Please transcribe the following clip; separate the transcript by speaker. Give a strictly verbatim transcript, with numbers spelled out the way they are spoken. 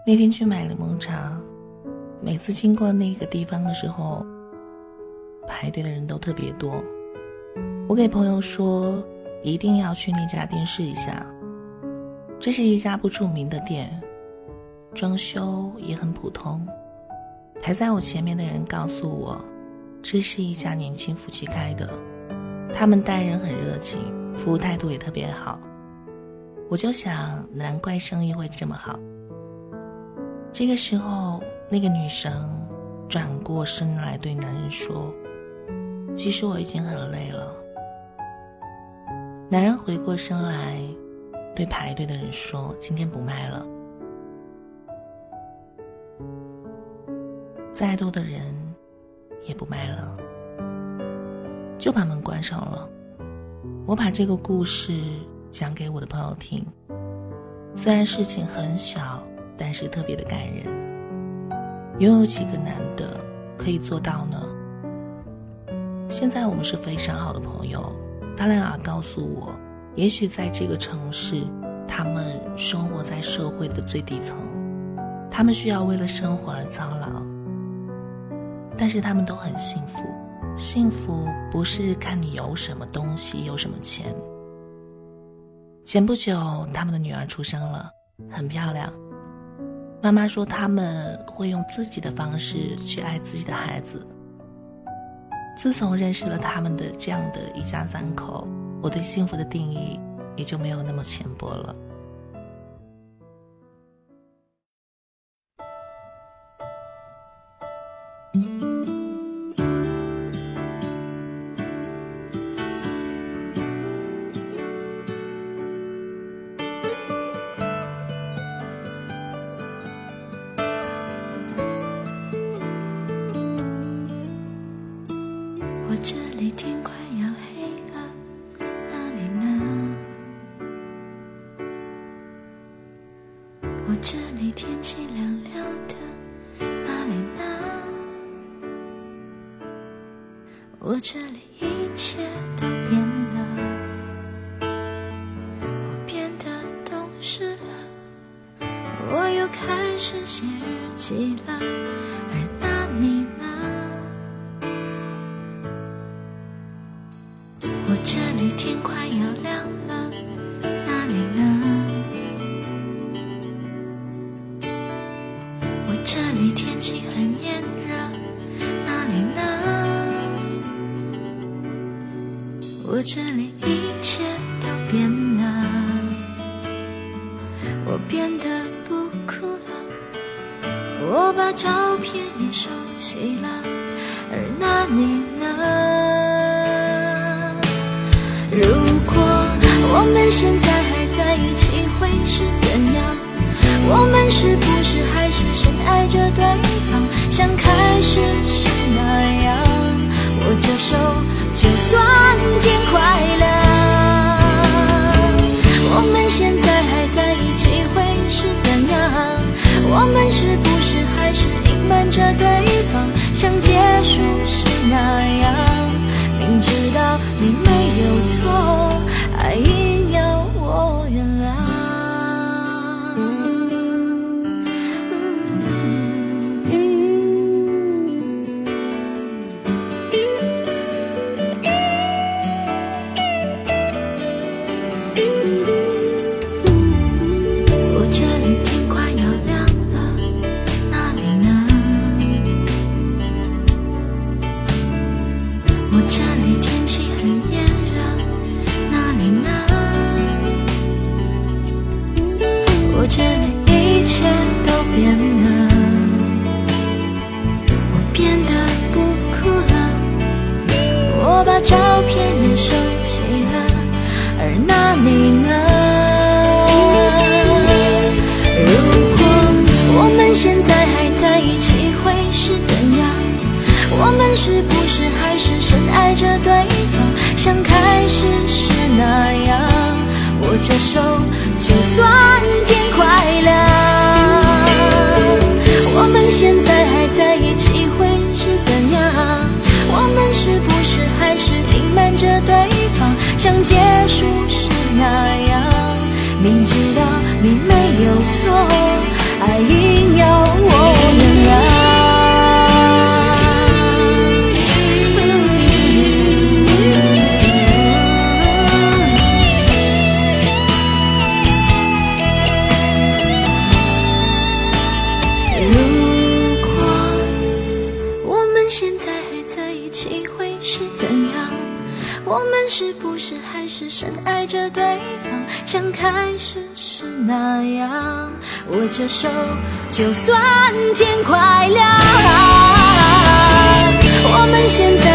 Speaker 1: 那天去买柠檬茶，每次经过那个地方的时候，排队的人都特别多。我给朋友说一定要去那家店试一下，这是一家不出名的店，装修也很普通。排在我前面的人告诉我，这是一家年轻夫妻开的，他们待人很热情，服务态度也特别好。我就想，难怪生意会这么好。这个时候，那个女生转过身来对男人说，其实我已经很累了。男人回过身来对排队的人说，今天不卖了。再多的人也不卖了，就把门关上了。我把这个故事讲给我的朋友听，虽然事情很小，但是特别的感人。拥有几个男的可以做到呢？现在我们是非常好的朋友，他俩告诉我，也许在这个城市，他们生活在社会的最底层，他们需要为了生活而操劳，但是他们都很幸福。幸福不是看你有什么东西，有什么钱。前不久他们的女儿出生了，很漂亮。妈妈说他们会用自己的方式去爱自己的孩子。自从认识了他们的这样的一家三口，我对幸福的定义也就没有那么浅薄了。
Speaker 2: 我这里天快要黑了，哪里呢？我这里天气凉凉的，哪里呢？我这里一切都变了，我变得懂事了，我又开始写日记了，而那你呢？我这里天快要亮了，哪里呢？我这里天气很炎热，哪里呢？我这里一切都变了，我变得不哭了，我把照片也收起了，而那你呢？如果我们现在还在一起会是怎样？我们是不是还是深爱着对方，像开始时那样握着手，就算天快亮。我们现在还在一起会是怎样？我们是不是还是隐瞒着对方，像结束时那样，明知道你没有错，还硬要我原谅。我这里天快要亮了，哪里呢？我这里天气很炎热，哪里呢？我这里一切都变了，我变得不哭了，我把照片也收起了，而那你呢？如果我们现在还在一起会是怎样？我们是不是还是深爱着对方，像开始时那样握着手，就算天快亮。我们现在还在一起会是怎样？我们是不是还是隐瞒着对方，像结束时那样，明知道你没有错，爱已是深爱着对方，像开始时那样，握着手就算天快亮。我们现在